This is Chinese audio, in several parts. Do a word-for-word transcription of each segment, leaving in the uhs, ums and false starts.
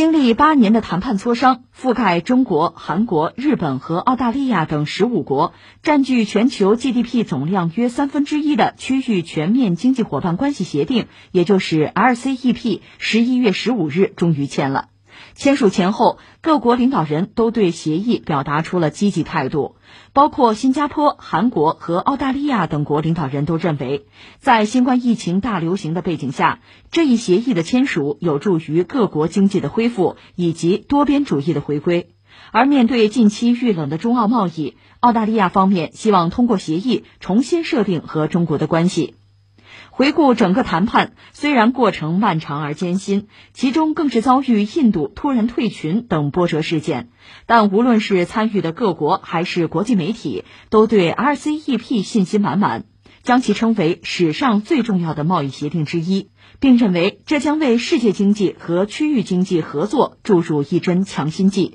经历八年的谈判磋商，覆盖中国、韩国、日本和澳大利亚等十五国，占据全球 G D P 总量约三分之一的区域全面经济伙伴关系协定，也就是 R C E P， 十一月十五日终于签了。签署前后，各国领导人都对协议表达出了积极态度，包括新加坡、韩国和澳大利亚等国领导人都认为，在新冠疫情大流行的背景下，这一协议的签署有助于各国经济的恢复以及多边主义的回归。而面对近期遇冷的中澳贸易，澳大利亚方面希望通过协议重新设定和中国的关系。回顾整个谈判，虽然过程漫长而艰辛，其中更是遭遇印度突然退群等波折事件，但无论是参与的各国还是国际媒体，都对 R C E P 信心满满，将其称为史上最重要的贸易协定之一，并认为这将为世界经济和区域经济合作注入一针强心剂。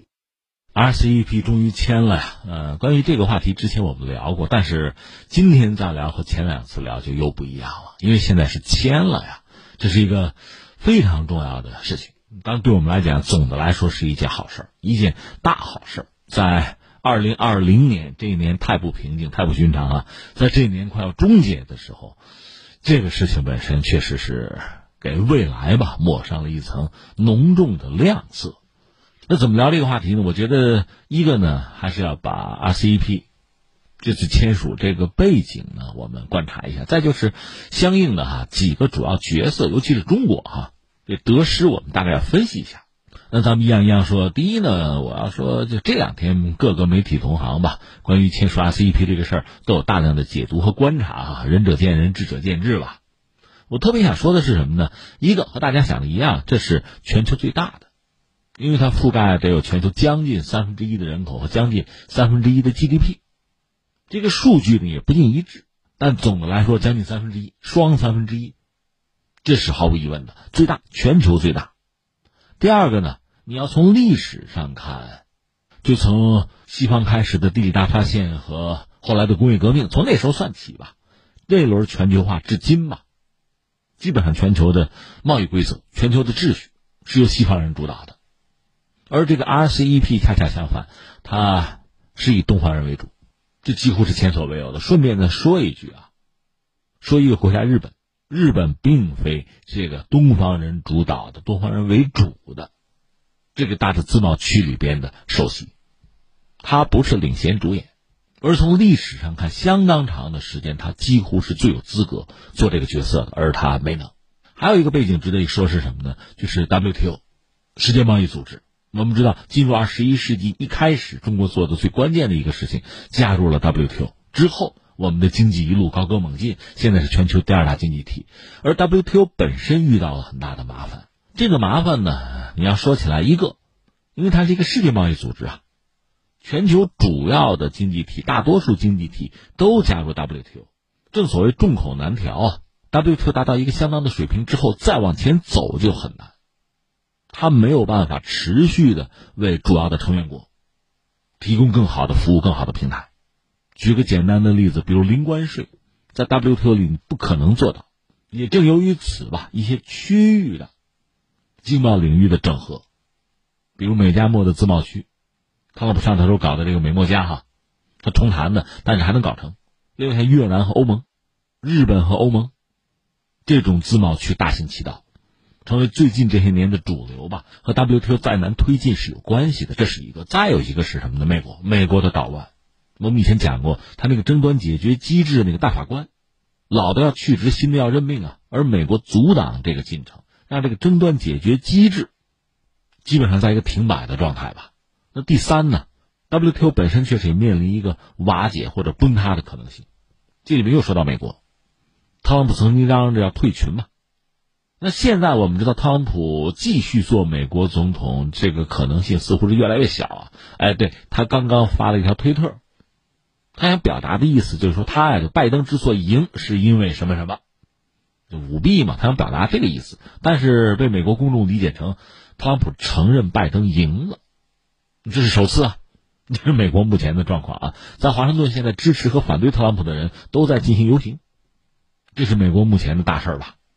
R C E P 终于签了呀，呃，关于这个话题之前我们聊过，但是今天再聊和前两次聊就又不一样了，因为现在是签了呀，这是一个非常重要的事情。当然对我们来讲，总的来说是一件好事，一件大好事。在二零二零年这一年太不平静、太不寻常啊，在这一年快要终结的时候，这个事情本身确实是给未来吧抹上了一层浓重的亮色。那怎么聊这个话题呢？我觉得一个呢，还是要把 R C E P 这次签署这个背景呢，我们观察一下。再就是相应的哈几个主要角色，尤其是中国哈，这得失我们大概要分析一下。那咱们一样一样说。第一呢，我要说就这两天各个媒体同行吧，关于签署 R C E P 这个事儿都有大量的解读和观察啊，仁者见仁，智者见智吧。我特别想说的是什么呢？一个和大家想的一样，这是全球最大的。因为它覆盖得有全球将近三分之一的人口和将近三分之一的 G D P， 这个数据呢也不尽一致，但总的来说将近三分之一，双三分之一，这是毫无疑问的最大，全球最大。第二个呢，你要从历史上看，就从西方开始的地理大发现和后来的工业革命，从那时候算起吧，这一轮全球化至今吧，基本上全球的贸易规则、全球的秩序是由西方人主导的。而这个 R C E P 恰恰相反，它是以东方人为主，这几乎是前所未有的。顺便呢说一句啊，说一个国家日本，日本并非这个东方人主导的、东方人为主的这个大的自贸区里边的首席，它不是领衔主演，而从历史上看，相当长的时间，它几乎是最有资格做这个角色的，而它没能。还有一个背景值得一说是什么呢？就是 W T O 世界贸易组织。我们知道进入二十一世纪一开始中国做的最关键的一个事情，加入了 W T O 之后，我们的经济一路高歌猛进，现在是全球第二大经济体。而 W T O 本身遇到了很大的麻烦，这个麻烦呢，你要说起来一个，因为它是一个世界贸易组织啊，全球主要的经济体，大多数经济体都加入 W T O， 正所谓众口难调啊。W T O 达到一个相当的水平之后，再往前走就很难。他没有办法持续的为主要的成员国提供更好的服务、更好的平台。举个简单的例子，比如零关税，在 W T O 里你不可能做到。也正由于此吧，一些区域的经贸领域的整合，比如美加墨的自贸区，特朗普上台时候搞的这个美墨加哈，他重谈的，但是还能搞成。另外像越南和欧盟、日本和欧盟这种自贸区大行其道，成为最近这些年的主流吧，和 W T O 再难推进是有关系的，这是一个。再有一个是什么呢？美国，美国的捣乱。我们以前讲过，他那个争端解决机制那个大法官，老的要去职，新的要任命啊，而美国阻挡这个进程，让这个争端解决机制基本上在一个停摆的状态吧。那第三呢 ，W T O 本身确实也面临一个瓦解或者崩塌的可能性。这里面又说到美国，特朗普曾经嚷着要退群嘛。那现在我们知道特朗普继续做美国总统，这个可能性似乎是越来越小啊。哎，对，他刚刚发了一条推特，他想表达的意思就是说，他呀，拜登之所以赢是因为什么什么，就舞弊嘛，他想表达这个意思。但是被美国公众理解成特朗普承认拜登赢了，这是首次啊，这是美国目前的状况啊。在华盛顿现在支持和反对特朗普的人都在进行游行，这是美国目前的大事儿吧。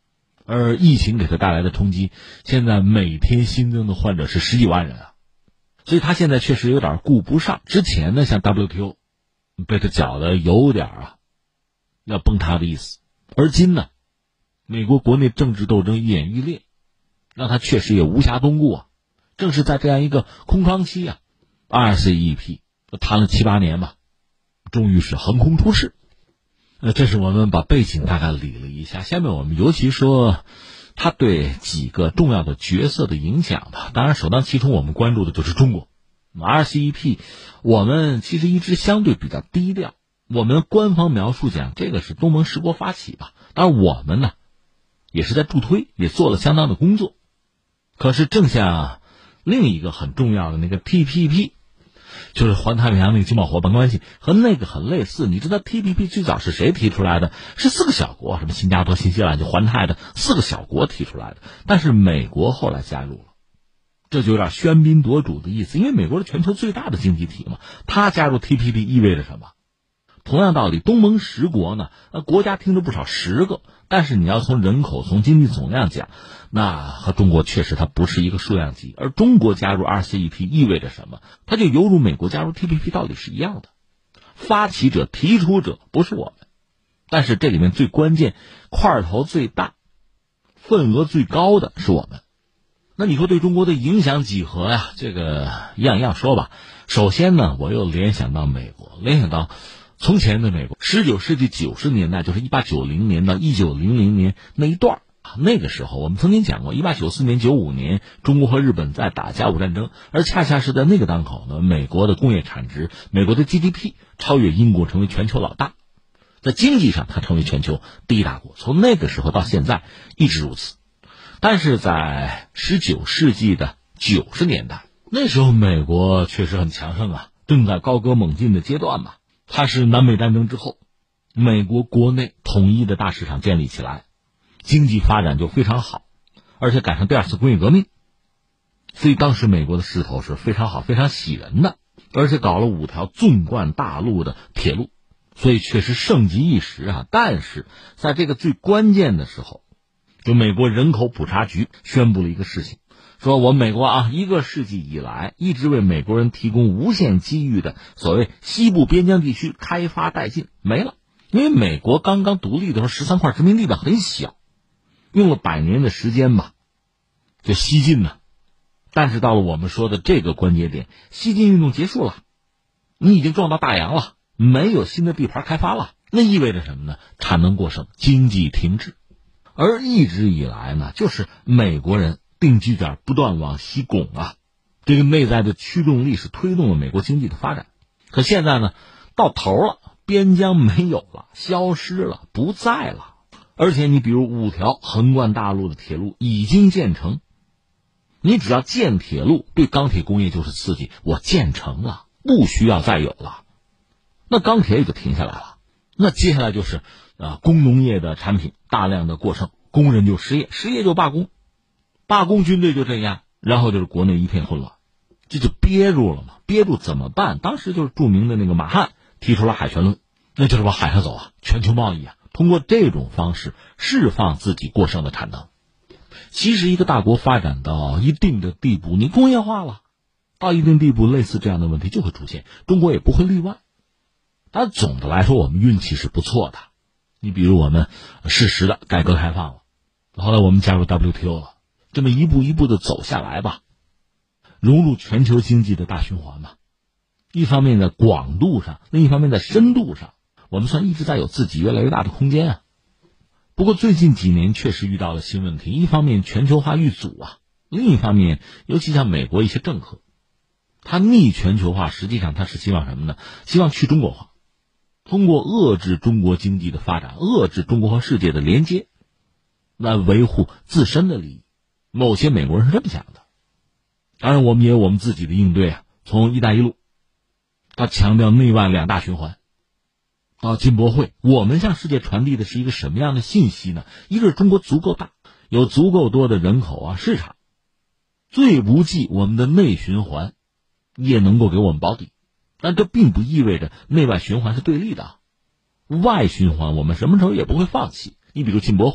而疫情给他带来的冲击，现在每天新增的患者是十几万人啊，所以他现在确实有点顾不上。之前呢，像 W T O 被他搅得有点啊要崩塌的意思，而今呢，美国国内政治斗争愈演愈烈，让他确实也无暇东顾啊。正是在这样一个空窗期啊 ，R C E P 谈了七八年吧，终于是横空出世。呃，这是我们把背景大概理了一下，下面我们尤其说他对几个重要的角色的影响吧。当然，首当其冲我们关注的就是中国。R C E P 我们其实一直相对比较低调，我们官方描述讲这个是东盟十国发起吧，当然我们呢也是在助推，也做了相当的工作。可是正像另一个很重要的那个 T P P， 就是环太平洋那个经贸伙伴关系，和那个很类似。你知道 T P P 最早是谁提出来的？是四个小国，什么新加坡、新西兰，就环太的四个小国提出来的。但是美国后来加入了，这就有点喧宾夺主的意思。因为美国是全球最大的经济体嘛，它加入 T P P 意味着什么？同样道理，东盟十国呢，呃，国家听着不少，十个，但是你要从人口、从经济总量讲，那和中国确实它不是一个数量级。而中国加入 R C E P 意味着什么？它就犹如美国加入 T P P 道理是一样的。发起者、提出者不是我们，但是这里面最关键、块头最大、份额最高的是我们。那你说对中国的影响几何呀？这个一样一样说吧。首先呢，我又联想到美国，联想到从前的美国，十九世纪九十年代，就是一八九零年到一九零零年那一段那个时候我们曾经讲过，一八九四年、九五年，中国和日本在打甲午战争，而恰恰是在那个当口呢，美国的工业产值、美国的 G D P 超越英国，成为全球老大，在经济上它成为全球第一大国。从那个时候到现在一直如此。但是在十九世纪的九十年代，那时候美国确实很强盛啊，正在高歌猛进的阶段嘛。它是南北战争之后，美国国内统一的大市场建立起来，经济发展就非常好，而且赶上第二次工业革命，所以当时美国的势头是非常好、非常喜人的，而且搞了五条纵贯大陆的铁路，所以确实盛极一时啊。但是在这个最关键的时候，就美国人口普查局宣布了一个事情，说我们美国啊，一个世纪以来一直为美国人提供无限机遇的所谓西部边疆地区开发殆尽，没了。因为美国刚刚独立的时候，十三块殖民地吧很小，用了百年的时间吧，就西进呢。但是到了我们说的这个关节点，西进运动结束了，你已经撞到大洋了，没有新的地盘开发了，那意味着什么呢？产能过剩，经济停滞。而一直以来呢，就是美国人定居点不断往西拱啊，这个内在的驱动力是推动了美国经济的发展。可现在呢，到头了，边疆没有了，消失了，不在了。而且你比如五条横贯大陆的铁路已经建成，你只要建铁路，对钢铁工业就是刺激，我建成了，不需要再有了，那钢铁也就停下来了。那接下来就是啊，工农业的产品大量的过剩，工人就失业，失业就罢工，罢工军队就这样，然后就是国内一片混乱，这就憋住了嘛。憋住怎么办？当时就是著名的那个马汉提出了海权论，那就是往海上走啊，全球贸易啊，通过这种方式释放自己过剩的产能。其实一个大国发展到一定的地步，你工业化了，到一定地步，类似这样的问题就会出现，中国也不会例外。但总的来说，我们运气是不错的。你比如我们适时的改革开放了，后来我们加入 W T O 了，这么一步一步的走下来吧，融入全球经济的大循环嘛。一方面在广度上，另一方面在深度上，我们算一直在有自己越来越大的空间啊。不过最近几年确实遇到了新问题，一方面全球化遇阻啊，另一方面尤其像美国一些政客，他逆全球化，实际上他是希望什么呢？希望去中国化，通过遏制中国经济的发展，遏制中国和世界的连接，来维护自身的利益。某些美国人是这么想的。当然我们也有我们自己的应对啊，从一带一路到强调内外两大循环，到进博会，我们向世界传递的是一个什么样的信息呢？一个是中国足够大，有足够多的人口啊市场，最不济我们的内循环也能够给我们保底。但这并不意味着内外循环是对立的，外循环我们什么时候也不会放弃。你比如进博会，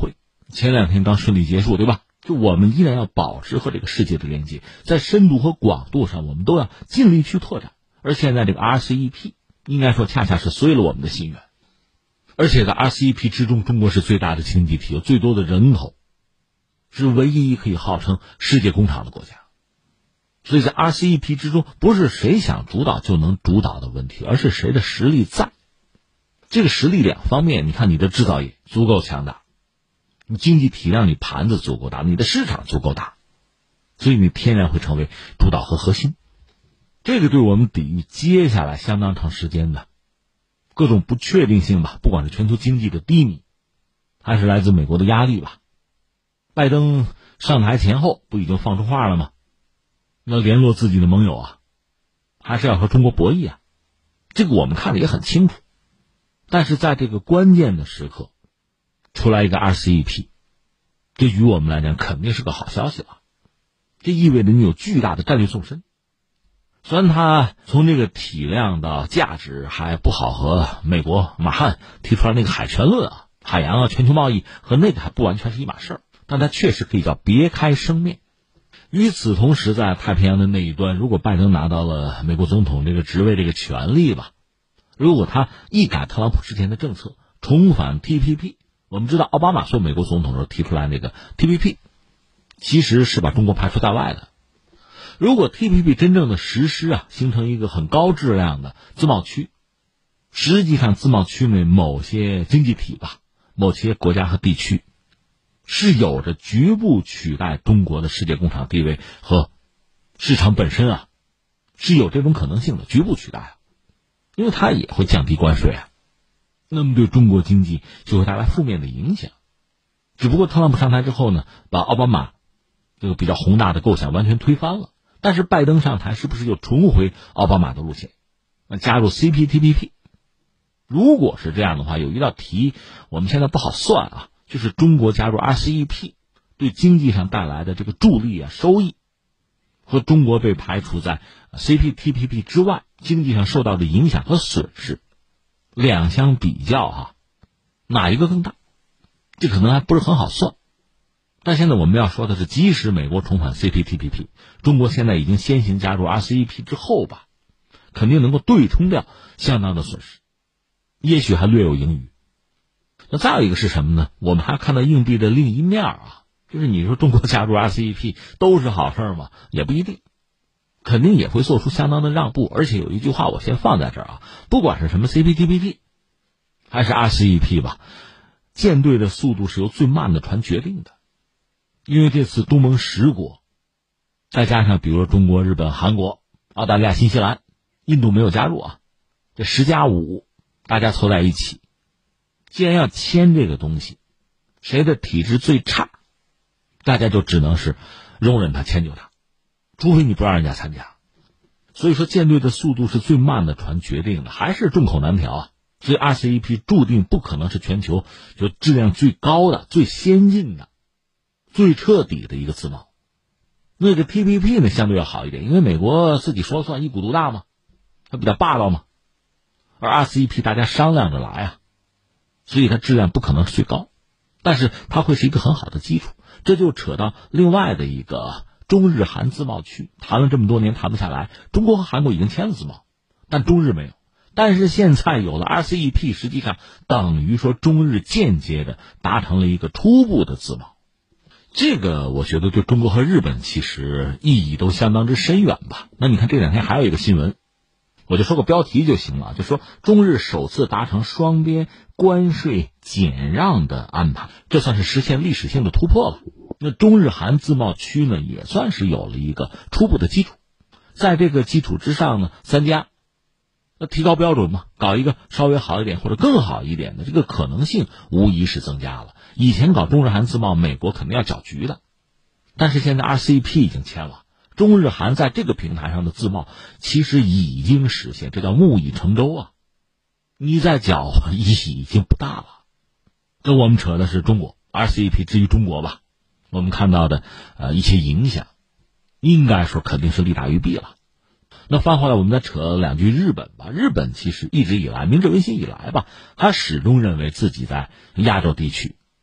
前两天刚顺利结束，对吧？就我们依然要保持和这个世界的连接，在深度和广度上，我们都要尽力去拓展。而现在这个 R C E P 应该说恰恰是随了我们的心愿。而且在 R C E P 之中，中国是最大的经济体，有最多的人口，是唯一可以号称世界工厂的国家。所以在 R C E P 之中，不是谁想主导就能主导的问题，而是谁的实力在。这个实力两方面，你看你的制造业足够强大，你经济体量你盘子足够大，你的市场足够大，所以你天然会成为主导和核心。这个对我们抵御接下来相当长时间的各种不确定性吧，不管是全球经济的低迷，还是来自美国的压力吧。拜登上台前后不已经放出话了吗？要联络自己的盟友啊，还是要和中国博弈啊，这个我们看得也很清楚。但是在这个关键的时刻出来一个 R C E P， 这于我们来讲肯定是个好消息了。这意味着你有巨大的战略纵深，虽然它从这个体量到价值还不好和美国马汉提出来那个海权论啊、海洋啊、全球贸易和那个还不完全是一码事儿，但它确实可以叫别开生面。与此同时，在太平洋的那一端，如果拜登拿到了美国总统这个职位这个权利吧，如果他一改特朗普之前的政策，重返 T P P， 我们知道奥巴马做美国总统的时候提出来那个 T P P， 其实是把中国排除在外的。如果 T P P 真正的实施啊，形成一个很高质量的自贸区，实际上自贸区内某些经济体吧，某些国家和地区是有着局部取代中国的世界工厂地位和市场本身啊，是有这种可能性的，局部取代啊，因为它也会降低关税啊，那么对中国经济就会带来负面的影响。只不过特朗普上台之后呢，把奥巴马这个比较宏大的构想完全推翻了。但是拜登上台是不是又重回奥巴马的路线，加入 C P T P P？ 如果是这样的话，有一道题我们现在不好算啊，就是中国加入 R C E P 对经济上带来的这个助力啊、收益，和中国被排除在 C P T P P 之外经济上受到的影响和损失，两相比较哈、啊，哪一个更大？这可能还不是很好算。但现在我们要说的是，即使美国重返 C P T P P， 中国现在已经先行加入 R C E P 之后吧，肯定能够对冲掉相当的损失，也许还略有盈余。那再有一个是什么呢？我们还看到硬币的另一面啊，就是你说中国加入 R C E P 都是好事吗？也不一定，肯定也会做出相当的让步。而且有一句话我先放在这儿啊，不管是什么 C P T P P 还是 R C E P 吧，舰队的速度是由最慢的船决定的。因为这次东盟十国，再加上比如说中国、日本、韩国、澳大利亚、新西兰、印度没有加入啊，这十加五大家凑在一起，既然要签这个东西，谁的体质最差，大家就只能是容忍他迁就他，除非你不让人家参加。所以说舰队的速度是最慢的船决定的，还是众口难调啊。所以 R C E P 注定不可能是全球就质量最高的、最先进的、最彻底的一个自贸。那个 T P P 呢相对要好一点，因为美国自己说了算，一股独大嘛，它比较霸道嘛。而 R C E P 大家商量着来啊，所以它质量不可能是最高，但是它会是一个很好的基础。这就扯到另外的一个中日韩自贸区，谈了这么多年谈不下来，中国和韩国已经签了自贸，但中日没有。但是现在有了 R C E P， 实际上等于说中日间接的达成了一个初步的自贸。这个我觉得对中国和日本其实意义都相当之深远吧。那你看这两天还有一个新闻，我就说个标题就行了，就说中日首次达成双边关税减让的安排，这算是实现历史性的突破了。那中日韩自贸区呢，也算是有了一个初步的基础。在这个基础之上呢，三家那提高标准嘛，搞一个稍微好一点或者更好一点的，这个可能性无疑是增加了。以前搞中日韩自贸，美国肯定要搅局的，但是现在 R C E P 已经签了，中日韩在这个平台上的自贸其实已经实现，这叫木已成舟啊！你再搅意义已经不大了。那我们扯的是中国 R C E P， 至于中国吧，我们看到的呃一些影响，应该说肯定是利大于弊了。那翻回来我们再扯两句日本吧。日本其实一直以来，明治维新以来吧，他始终认为自己在亚洲地区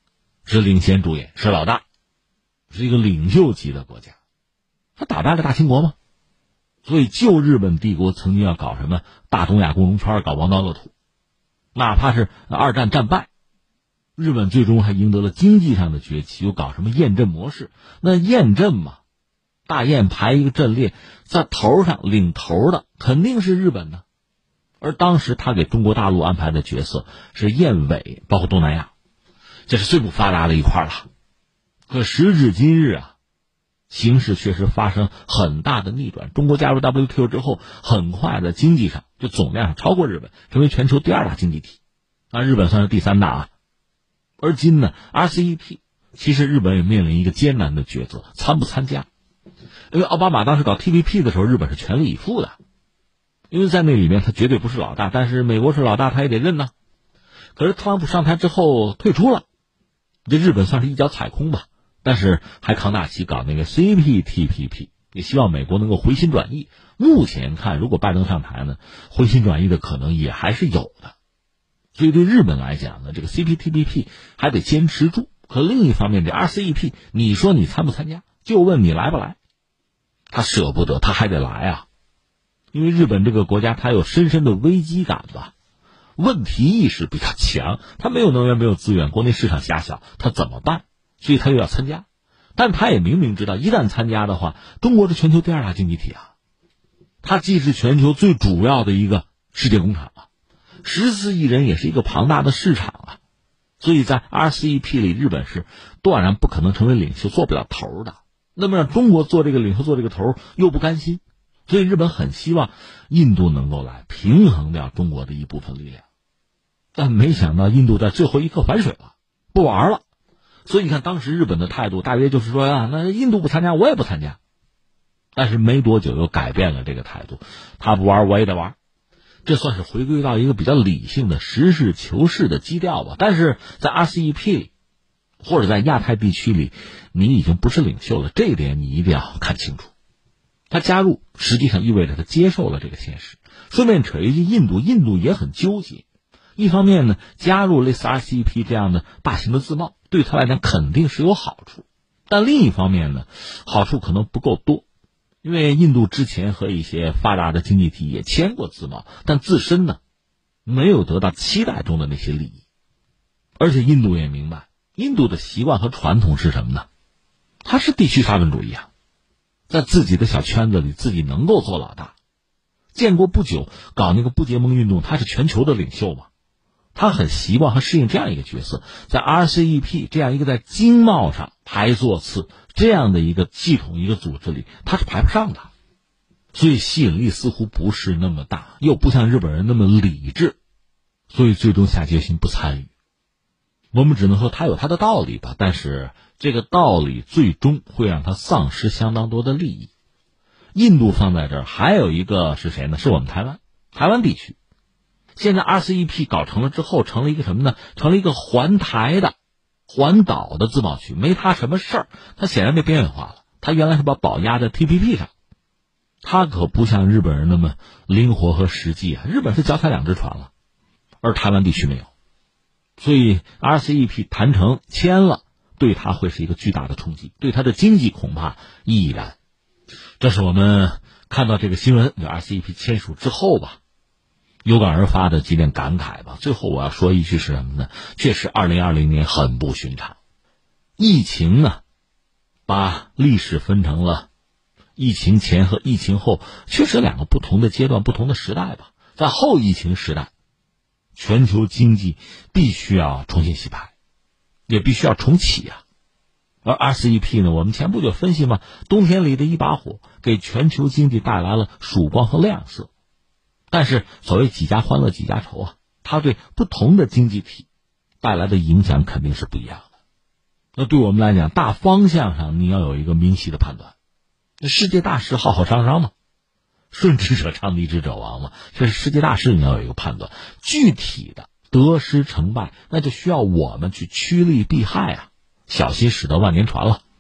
是领先主演，是老大，是一个领袖级的国家。他打败了大清国吗？所以旧日本帝国曾经要搞什么大东亚共荣圈，搞王道乐土，哪怕是二战战败，日本最终还赢得了经济上的崛起，又搞什么验证模式。那验证嘛，大雁排一个阵列，在头上领头的肯定是日本的，而当时他给中国大陆安排的角色是燕尾，包括东南亚，这是最不发达的一块了。可时至今日啊，形势确实发生很大的逆转。中国加入 W T O 之后，很快的经济上就总量上超过日本，成为全球第二大经济体，那日本算是第三大啊。而今呢 R C E P 其实日本也面临一个艰难的抉择，参不参加。因为奥巴马当时搞 T P P 的时候，日本是全力以赴的，因为在那里面他绝对不是老大，但是美国是老大，他也得认呢。可是特朗普上台之后退出了，这日本算是一脚踩空吧，但是还扛大旗搞那个 C P T P P， 也希望美国能够回心转意。目前看，如果拜登上台呢，回心转意的可能也还是有的。所以对日本来讲呢，这个 C P T P P 还得坚持住。可另一方面，这 R C E P 你说你参不参加，就问你来不来，他舍不得，他还得来啊。因为日本这个国家，它有深深的危机感吧，问题意识比较强，他没有能源，没有资源，国内市场狭小，他怎么办？所以他又要参加。但他也明明知道，一旦参加的话，中国是全球第二大经济体啊，它既是全球最主要的一个世界工厂啊，十四亿人也是一个庞大的市场啊。所以在 R C E P 里，日本是断然不可能成为领袖，做不了头的。那么让中国做这个领袖，做这个头又不甘心，所以日本很希望印度能够来平衡掉中国的一部分力量。但没想到印度在最后一刻反水了，不玩了。所以你看当时日本的态度大约就是说啊，那印度不参加我也不参加。但是没多久又改变了这个态度，他不玩我也得玩。这算是回归到一个比较理性的实事求是的基调吧。但是在 R C E P 里或者在亚太地区里，你已经不是领袖了，这一点你一定要看清楚。他加入实际上意味着他接受了这个现实。顺便扯一句，印度印度也很纠结。一方面呢，加入类似 R C E P 这样的大型的自贸对他来讲肯定是有好处，但另一方面呢，好处可能不够多。因为印度之前和一些发达的经济体也签过自贸，但自身呢没有得到期待中的那些利益。而且印度也明白，印度的习惯和传统是什么呢？它是地区沙文主义啊，在自己的小圈子里自己能够做老大。建国不久搞那个不结盟运动，他是全球的领袖嘛，他很习惯和适应这样一个角色。在 R C E P 这样一个在经贸上排座次这样的一个系统一个组织里，他是排不上的，所以吸引力似乎不是那么大，又不像日本人那么理智，所以最终下决心不参与。我们只能说他有他的道理吧，但是这个道理最终会让他丧失相当多的利益。印度放在这儿，还有一个是谁呢？是我们台湾台湾地区。现在 R C E P 搞成了之后，成了一个什么呢？成了一个环台的环岛的自贸区，没他什么事儿。他显然被边缘化了，他原来是把宝压在 T P P 上，他可不像日本人那么灵活和实际啊。日本是脚踩两只船了，而台湾地区没有。所以 R C E P 谈成签了，对他会是一个巨大的冲击，对他的经济恐怕亦然。这是我们看到这个新闻，就 R C E P 签署之后吧，有感而发的几点感慨吧。最后我要说一句是什么呢？确实二零二零年很不寻常。疫情呢，把历史分成了疫情前和疫情后，确实两个不同的阶段，不同的时代吧。在后疫情时代，全球经济必须要重新洗牌，也必须要重启啊。而 R C E P 呢，我们前不久分析嘛，冬天里的一把火，给全球经济带来了曙光和亮色。但是所谓几家欢乐几家愁啊，它对不同的经济体带来的影响肯定是不一样的。那对我们来讲，大方向上你要有一个明晰的判断。世界大事浩浩汤汤嘛，顺之者昌，逆之者亡嘛，这是世界大事，你要有一个判断。具体的得失成败，那就需要我们去趋利避害啊，小心驶得万年船了。